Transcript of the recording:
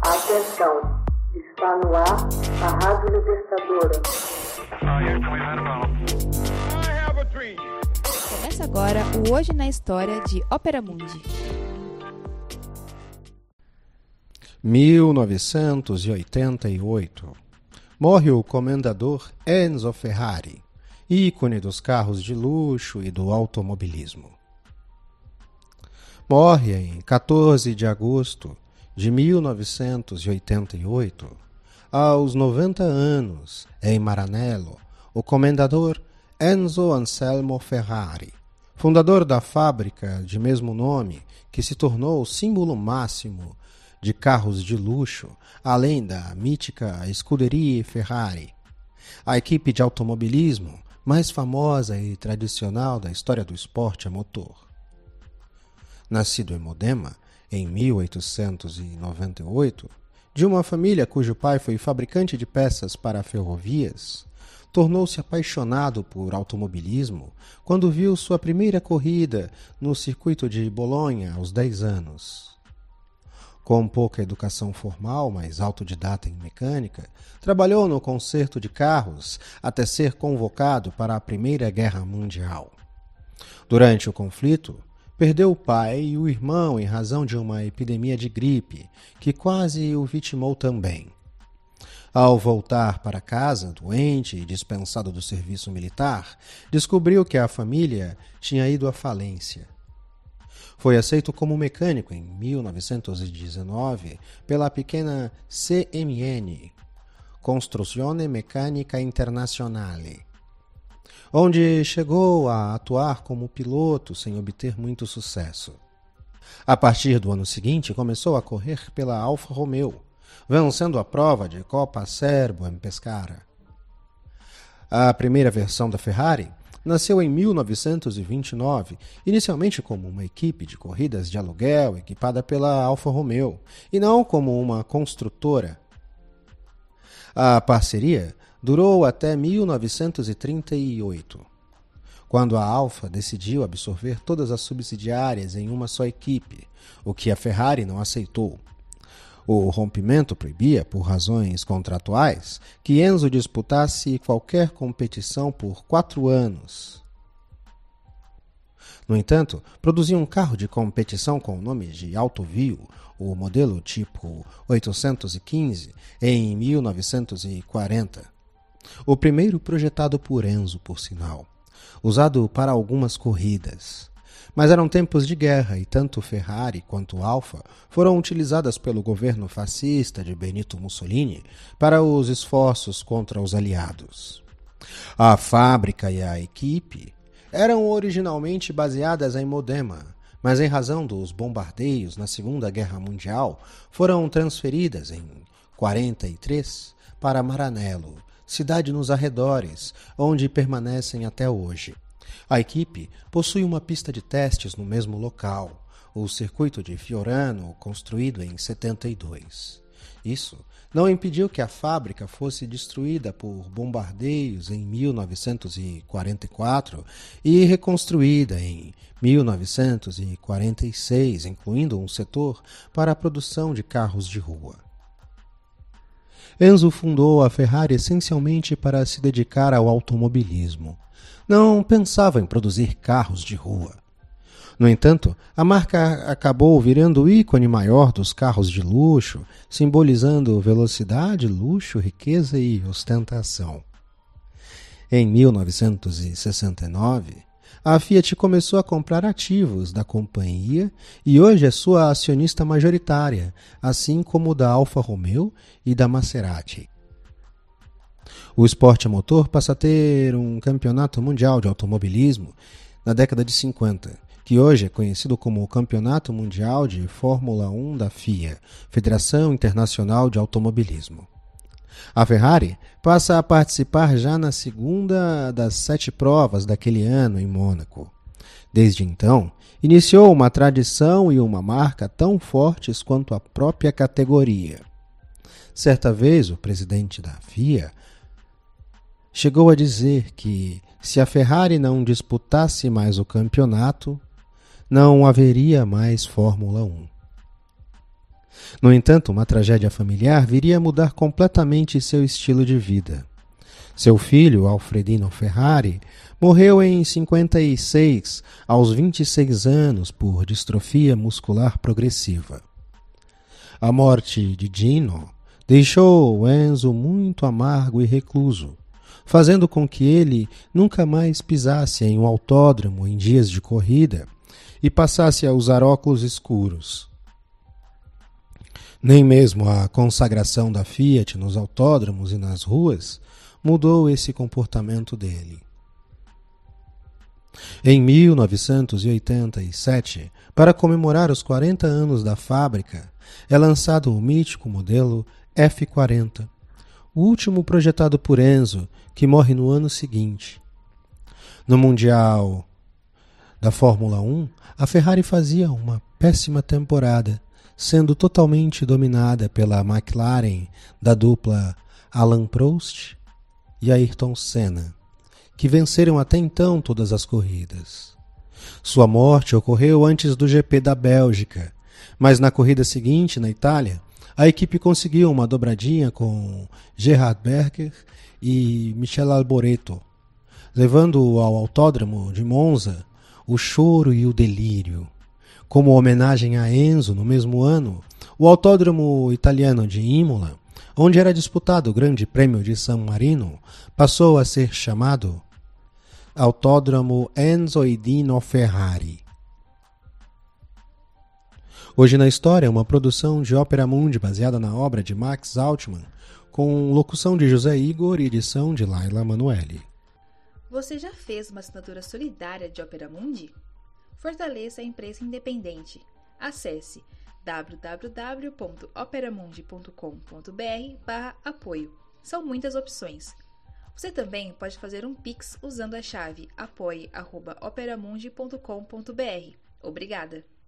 Atenção, está no ar a Rádio Libertadora. Começa agora o Hoje na História de Ópera Mundi. 1988. Morre o comendador Enzo Ferrari, ícone dos carros de luxo e do automobilismo. Morre em 14 de agosto de 1988, aos 90 anos, em Maranello, o comendador Enzo Anselmo Ferrari, fundador da fábrica de mesmo nome, que se tornou o símbolo máximo de carros de luxo, além da mítica Scuderia Ferrari, a equipe de automobilismo mais famosa e tradicional da história do esporte a motor. Nascido em Modena, em 1898, de uma família cujo pai foi fabricante de peças para ferrovias, tornou-se apaixonado por automobilismo quando viu sua primeira corrida no circuito de Bolonha aos 10 anos. Com pouca educação formal, mas autodidata em mecânica, trabalhou no conserto de carros até ser convocado para a Primeira Guerra Mundial. Durante o conflito, perdeu o pai e o irmão em razão de uma epidemia de gripe, que quase o vitimou também. Ao voltar para casa, doente e dispensado do serviço militar, descobriu que a família tinha ido à falência. Foi aceito como mecânico em 1919 pela pequena CMN, Costruzione Meccanica Internazionale, onde chegou a atuar como piloto sem obter muito sucesso. A partir do ano seguinte, começou a correr pela Alfa Romeo, vencendo a prova de Coppa Serbo em Pescara. A primeira versão da Ferrari nasceu em 1929, inicialmente como uma equipe de corridas de aluguel equipada pela Alfa Romeo, e não como uma construtora. A parceria durou até 1938, quando a Alfa decidiu absorver todas as subsidiárias em uma só equipe, o que a Ferrari não aceitou. O rompimento proibia, por razões contratuais, que Enzo disputasse qualquer competição por 4 anos. No entanto, produzia um carro de competição com o nome de Autovio, o modelo tipo 815, em 1940. O primeiro projetado por Enzo, por sinal, usado para algumas corridas. Mas eram tempos de guerra e tanto Ferrari quanto Alfa foram utilizadas pelo governo fascista de Benito Mussolini para os esforços contra os aliados. A fábrica e a equipe eram originalmente baseadas em Modena, mas em razão dos bombardeios na Segunda Guerra Mundial foram transferidas em 1943 para Maranello, cidade nos arredores, onde permanecem até hoje. A equipe possui uma pista de testes no mesmo local, o circuito de Fiorano, construído em 72. Isso não impediu que a fábrica fosse destruída por bombardeios em 1944 e reconstruída em 1946, incluindo um setor para a produção de carros de rua. Enzo fundou a Ferrari essencialmente para se dedicar ao automobilismo. Não pensava em produzir carros de rua. No entanto, a marca acabou virando o ícone maior dos carros de luxo, simbolizando velocidade, luxo, riqueza e ostentação. Em 1969, a Fiat começou a comprar ativos da companhia e hoje é sua acionista majoritária, assim como da Alfa Romeo e da Maserati. O esporte a motor passa a ter um campeonato mundial de automobilismo na década de 50, que hoje é conhecido como o Campeonato Mundial de Fórmula 1 da FIA, Federação Internacional de Automobilismo. A Ferrari passa a participar já na segunda das 7 provas daquele ano em Mônaco. Desde então, iniciou uma tradição e uma marca tão fortes quanto a própria categoria. Certa vez, o presidente da FIA chegou a dizer que, se a Ferrari não disputasse mais o campeonato, não haveria mais Fórmula 1. No entanto, uma tragédia familiar viria a mudar completamente seu estilo de vida. Seu filho, Alfredino Ferrari, morreu em 56, aos 26 anos, por distrofia muscular progressiva. A morte de Gino deixou Enzo muito amargo e recluso, fazendo com que ele nunca mais pisasse em um autódromo em dias de corrida e passasse a usar óculos escuros. Nem mesmo a consagração da Fiat nos autódromos e nas ruas mudou esse comportamento dele. Em 1987, para comemorar os 40 anos da fábrica, é lançado o mítico modelo F40, o último projetado por Enzo, que morre no ano seguinte. No Mundial da Fórmula 1, a Ferrari fazia uma péssima temporada, sendo totalmente dominada pela McLaren da dupla Alain Prost e Ayrton Senna, que venceram até então todas as corridas. Sua morte ocorreu antes do GP da Bélgica, mas na corrida seguinte, na Itália, a equipe conseguiu uma dobradinha com Gerhard Berger e Michele Alboreto, levando ao autódromo de Monza o choro e o delírio. Como homenagem a Enzo, no mesmo ano, o autódromo italiano de Imola, onde era disputado o Grande Prêmio de San Marino, passou a ser chamado Autódromo Enzo e Dino Ferrari. Hoje na História é uma produção de Opera Mundi baseada na obra de Max Altman, com locução de José Igor e edição de Laila Manoeli. Você já fez uma assinatura solidária de Opera Mundi? Fortaleça a imprensa independente. Acesse www.operamundi.com.br/apoio. São muitas opções. Você também pode fazer um Pix usando a chave apoie@operamundi.com.br. Obrigada!